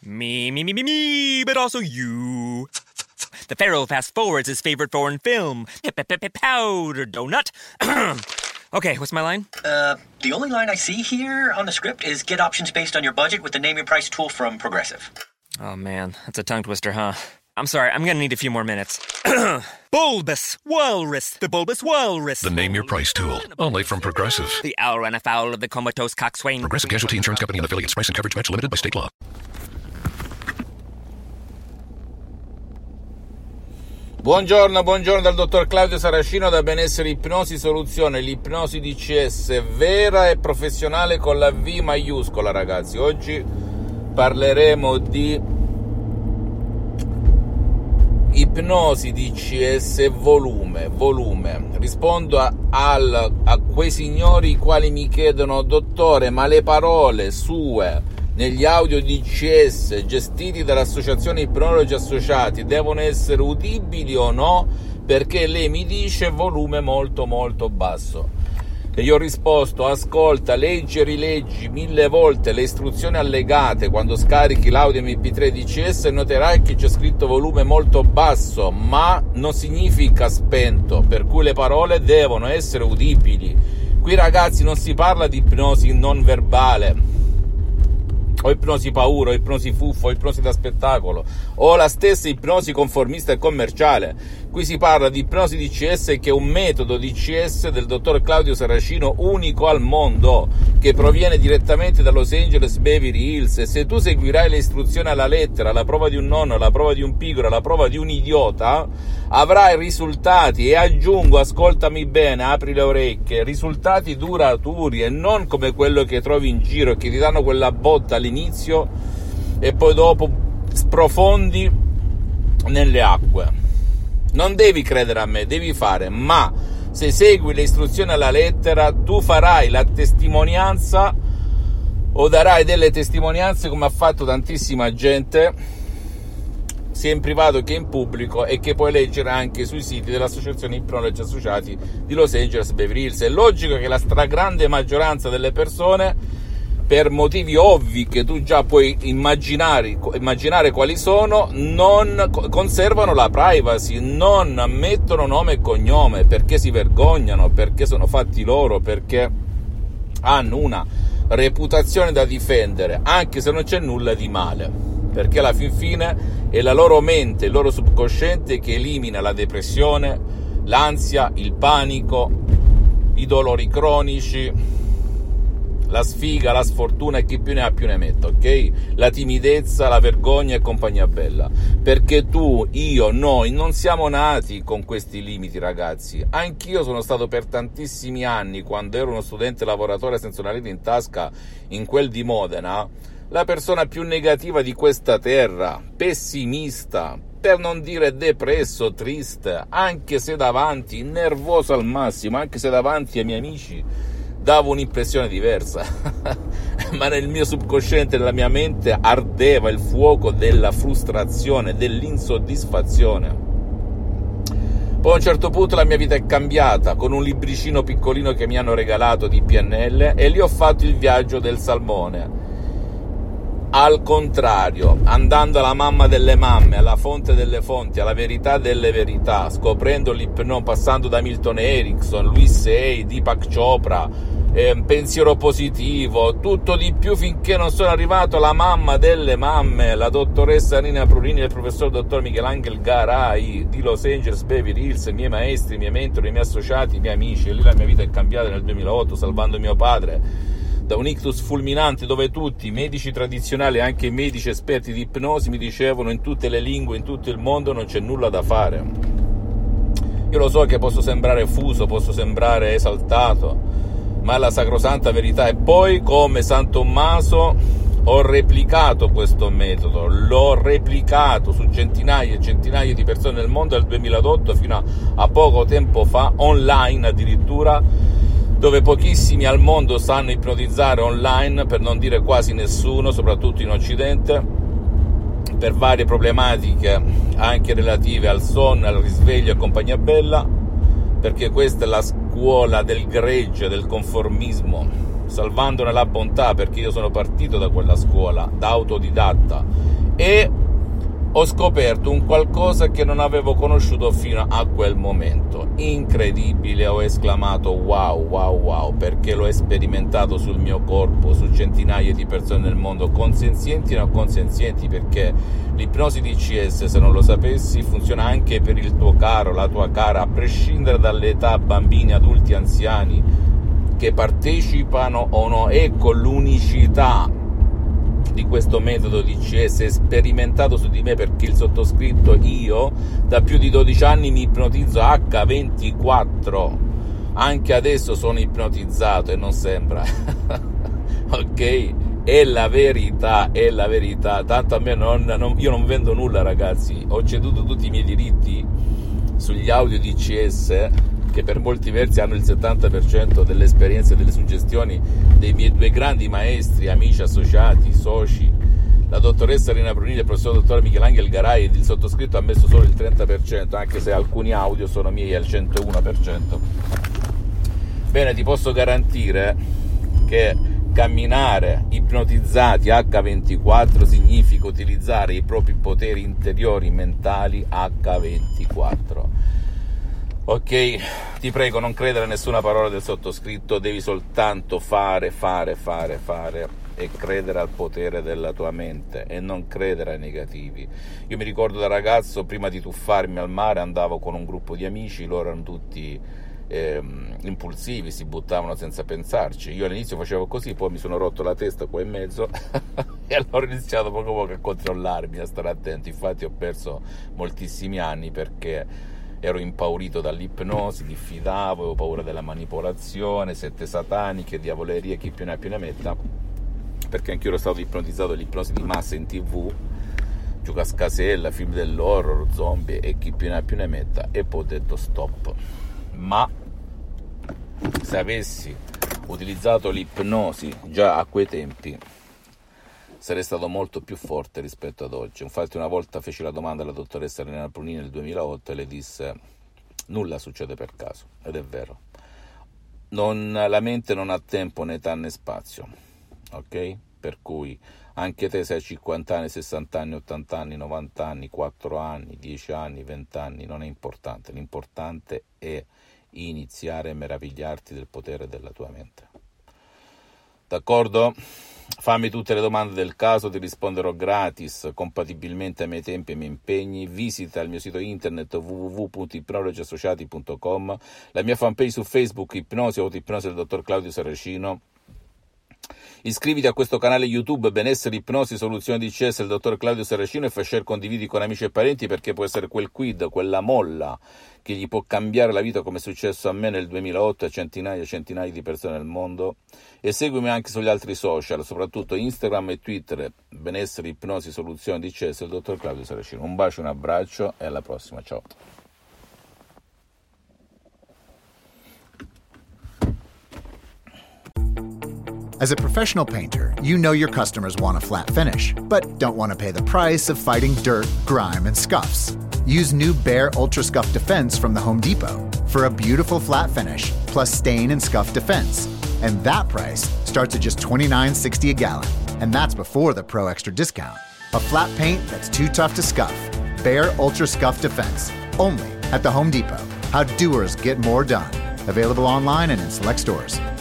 Me, but also you. The Pharaoh fast forwards his favorite foreign film, Powder Donut. Okay, what's my line? The only line I see here on the script is get options based on your budget with the Name Your Price tool from Progressive. Oh man, that's a tongue twister, huh? I'm sorry, I'm gonna need a few more minutes. Bulbous Walrus, the Bulbous Walrus. The Name Your Price tool, only from Progressive. The owl ran afoul of the comatose coxswain. Progressive Casualty Insurance Company and affiliates. Price and coverage match limited by state law. Buongiorno dal dottor Claudio Saracino da Benessere Ipnosi Soluzione, l'ipnosi DCS vera e professionale con la V maiuscola, ragazzi. Oggi parleremo di ipnosi DCS volume. Rispondo a quei signori i quali mi chiedono: dottore, ma le parole sue negli audio DCS gestiti dall'Associazione Ipnologi Associati devono essere udibili o no? Perché lei mi dice volume molto basso. E io ho risposto: ascolta, leggi e rileggi 1000 volte le istruzioni allegate quando scarichi l'audio MP3 DCS e noterai che c'è scritto volume molto basso, ma non significa spento, per cui le parole devono essere udibili. Qui, ragazzi, non si parla di ipnosi non verbale, o ipnosi paura, o ipnosi fuffo, o ipnosi da spettacolo, o la stessa ipnosi conformista e commerciale. Qui si parla di ipnosi DCS, che è un metodo DCS del dottor Claudio Saracino unico al mondo, che proviene direttamente da Los Angeles Beverly Hills, e se tu seguirai le istruzioni alla lettera, alla prova di un nonno, alla prova di un pigro, alla prova di un idiota, avrai risultati, e aggiungo, ascoltami bene, apri le orecchie, risultati duraturi e non come quello che trovi in giro, che ti danno quella botta all'inizio e poi dopo sprofondi nelle acque. Non devi credere a me, devi fare, ma se segui le istruzioni alla lettera tu farai la testimonianza o darai delle testimonianze, come ha fatto tantissima gente sia in privato che in pubblico, e che puoi leggere anche sui siti dell'Associazione Ipnologi Associati di Los Angeles Beverly Hills. È logico che la stragrande maggioranza delle persone, per motivi ovvi che tu già puoi immaginare quali sono, non conservano la privacy, non ammettono nome e cognome, perché si vergognano, perché sono fatti loro, perché hanno una reputazione da difendere, anche se non c'è nulla di male, perché alla fin fine è la loro mente, il loro subconsciente che elimina la depressione, l'ansia, il panico, i dolori cronici, la sfiga, la sfortuna e chi più ne ha più ne metta, ok? La timidezza, la vergogna e compagnia bella. Perché tu, io, noi non siamo nati con questi limiti, ragazzi. Anch'io sono stato per tantissimi anni, quando ero uno studente lavoratore senza una lira in tasca in quel di Modena, la persona più negativa di questa terra, pessimista, per non dire depresso, triste, anche se davanti, nervoso al massimo, anche se davanti ai miei amici davo un'impressione diversa, ma nel mio subconsciente, nella mia mente, ardeva il fuoco della frustrazione, dell'insoddisfazione. Poi a un certo punto la mia vita è cambiata, con un libricino piccolino che mi hanno regalato di PNL, e lì ho fatto il viaggio del salmone. Al contrario, andando alla mamma delle mamme, alla fonte delle fonti, alla verità delle verità, scoprendo l'ipnosi, passando da Milton Erickson, Louis Hay, Deepak Chopra, pensiero positivo, tutto di più, finché non sono arrivato alla mamma delle mamme, la dottoressa Nina Prurini e il professor dottor Michelangelo Garai di Los Angeles Beverly Hills, i miei maestri, i miei mentori, i miei associati, i miei amici. E lì la mia vita è cambiata nel 2008, salvando mio padre da un ictus fulminante, dove tutti i medici tradizionali e anche i medici esperti di ipnosi mi dicevano in tutte le lingue, in tutto il mondo, non c'è nulla da fare. Io lo so che posso sembrare fuso, posso sembrare esaltato, ma è la sacrosanta verità. E poi, come San Tommaso, ho replicato questo metodo, l'ho replicato su centinaia e centinaia di persone nel mondo dal 2008 fino a poco tempo fa, online addirittura, dove pochissimi al mondo sanno ipnotizzare online, per non dire quasi nessuno, soprattutto in Occidente, per varie problematiche anche relative al sonno, al risveglio e compagnia bella, perché questa è la scuola del gregge, del conformismo, salvandone la bontà, perché io sono partito da quella scuola, da autodidatta, e ho scoperto un qualcosa che non avevo conosciuto fino a quel momento. Incredibile, ho esclamato wow, wow, wow, perché l'ho sperimentato sul mio corpo, su centinaia di persone nel mondo, consenzienti e non consenzienti, perché l'ipnosi DCS, se non lo sapessi, funziona anche per il tuo caro, la tua cara, a prescindere dall'età, bambini, adulti, anziani, che partecipano o no. Ecco l'unicità di questo metodo DCS sperimentato su di me, perché il sottoscritto, io da più di 12 anni mi ipnotizzo H24, anche adesso sono ipnotizzato e non sembra ok? È la verità, tanto a me io non vendo nulla, ragazzi, ho ceduto tutti i miei diritti sugli audio DCS, che per molti versi hanno il 70% delle esperienze e delle suggestioni dei miei due grandi maestri, amici, associati, soci, la dottoressa Elena Brunini e il professor dottor Michelangelo Garai, ed il sottoscritto ha messo solo il 30%, anche se alcuni audio sono miei al 101%. Bene, ti posso garantire che camminare ipnotizzati H24 significa utilizzare i propri poteri interiori mentali H24. Ok, ti prego, non credere a nessuna parola del sottoscritto, devi soltanto fare e credere al potere della tua mente e non credere ai negativi. Io mi ricordo da ragazzo, prima di tuffarmi al mare, andavo con un gruppo di amici, loro erano tutti impulsivi, si buttavano senza pensarci. Io all'inizio facevo così, poi mi sono rotto la testa qua in mezzo e allora ho iniziato poco a poco a controllarmi, a stare attento. Infatti ho perso moltissimi anni perché ero impaurito dall'ipnosi, diffidavo, avevo paura della manipolazione, sette sataniche, diavolerie, chi più ne ha più ne metta, perché anche io ero stato ipnotizzato dall'ipnosi di massa in TV, Giucascasella, film dell'horror, zombie e chi più ne ha più ne metta, e poi ho detto stop. Ma se avessi utilizzato l'ipnosi già a quei tempi, sarei stato molto più forte rispetto ad oggi. Infatti una volta feci la domanda alla dottoressa Elena Brunini nel 2008 e le disse: nulla succede per caso, ed è vero. La mente non ha tempo, né età né spazio, ok? Per cui anche te, se hai 50 anni, 60 anni, 80 anni, 90 anni, 4 anni, 10 anni, 20 anni, non è importante. L'importante è iniziare a meravigliarti del potere della tua mente. D'accordo? Fammi tutte le domande del caso, ti risponderò gratis, compatibilmente ai miei tempi e ai miei impegni. Visita il mio sito internet www.ipnologiassociati.com, la mia fanpage su Facebook, Ipnosi Autoipnosi del dottor Claudio Saracino. Iscriviti a questo canale YouTube Benessere, Ipnosi, Soluzioni DCS del dottor Claudio Saracino e fai share, condividi con amici e parenti, perché può essere quel quid, quella molla che gli può cambiare la vita, come è successo a me nel 2008 a centinaia e centinaia di persone nel mondo. E seguimi anche sugli altri social, soprattutto Instagram e Twitter, Benessere, Ipnosi, Soluzioni DCS del dottor Claudio Saracino. Un bacio, un abbraccio e alla prossima, ciao. As a professional painter, you know your customers want a flat finish, but don't want to pay the price of fighting dirt, grime, and scuffs. Use new Behr Ultra Scuff Defense from the Home Depot for a beautiful flat finish, plus stain and scuff defense. And that price starts at just $29.60 a gallon, and that's before the Pro Extra discount. A flat paint that's too tough to scuff. Behr Ultra Scuff Defense, only at the Home Depot. How doers get more done. Available online and in select stores.